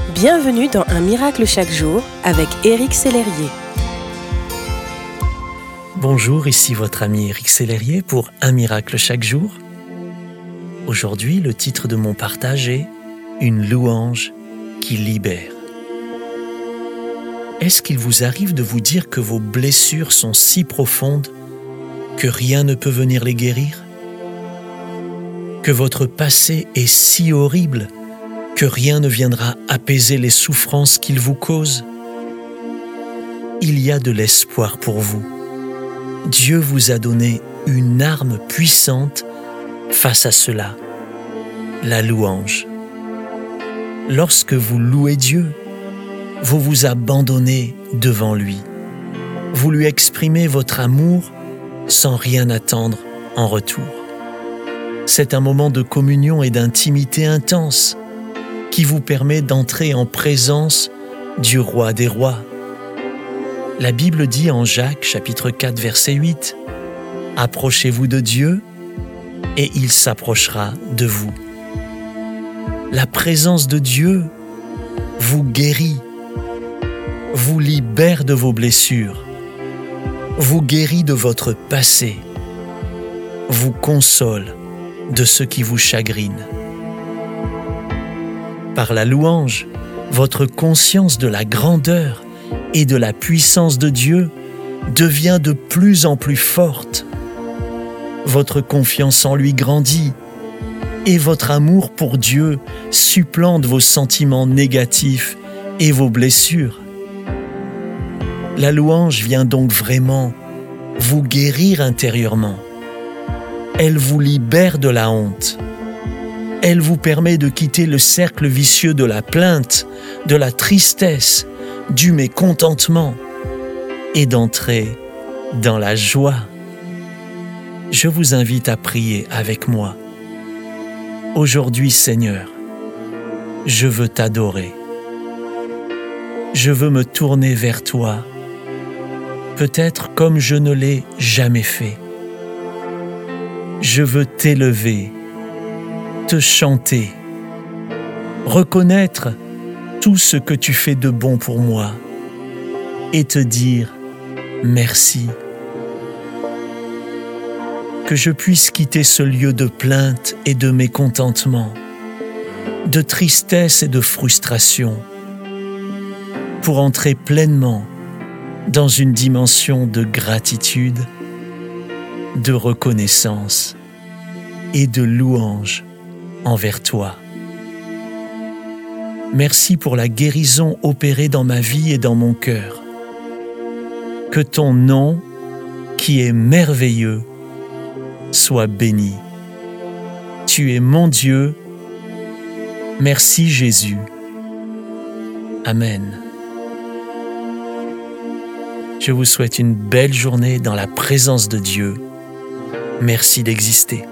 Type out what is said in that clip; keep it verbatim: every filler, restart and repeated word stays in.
Bienvenue dans Un miracle chaque jour avec Éric Sellerier. Bonjour, ici votre ami Éric Sellerier pour Un miracle chaque jour. Aujourd'hui, le titre de mon partage est « Une louange qui libère ». Est-ce qu'il vous arrive de vous dire que vos blessures sont si profondes que rien ne peut venir les guérir? Que votre passé est si horrible que rien ne viendra apaiser les souffrances qu'il vous cause? Il y a de l'espoir pour vous. Dieu vous a donné une arme puissante face à cela, la louange. Lorsque vous louez Dieu, vous vous abandonnez devant lui. Vous lui exprimez votre amour sans rien attendre en retour. C'est un moment de communion et d'intimité intense qui vous permet d'entrer en présence du Roi des rois. La Bible dit en Jacques, chapitre quatre, verset huit, « Approchez-vous de Dieu, et il s'approchera de vous. » La présence de Dieu vous guérit, vous libère de vos blessures, vous guérit de votre passé, vous console de ce qui vous chagrine. Par la louange, votre conscience de la grandeur et de la puissance de Dieu devient de plus en plus forte. Votre confiance en lui grandit et votre amour pour Dieu supplante vos sentiments négatifs et vos blessures. La louange vient donc vraiment vous guérir intérieurement. Elle vous libère de la honte. Elle vous permet de quitter le cercle vicieux de la plainte, de la tristesse, du mécontentement et d'entrer dans la joie. Je vous invite à prier avec moi. Aujourd'hui, Seigneur, je veux t'adorer. Je veux me tourner vers toi, peut-être comme je ne l'ai jamais fait. Je veux t'élever, te chanter, reconnaître tout ce que tu fais de bon pour moi et te dire merci. Que je puisse quitter ce lieu de plainte et de mécontentement, de tristesse et de frustration, pour entrer pleinement dans une dimension de gratitude, de reconnaissance et de louange envers toi. Merci pour la guérison opérée dans ma vie et dans mon cœur. Que ton nom, qui est merveilleux, soit béni. Tu es mon Dieu. Merci Jésus. Amen. Je vous souhaite une belle journée dans la présence de Dieu. Merci d'exister.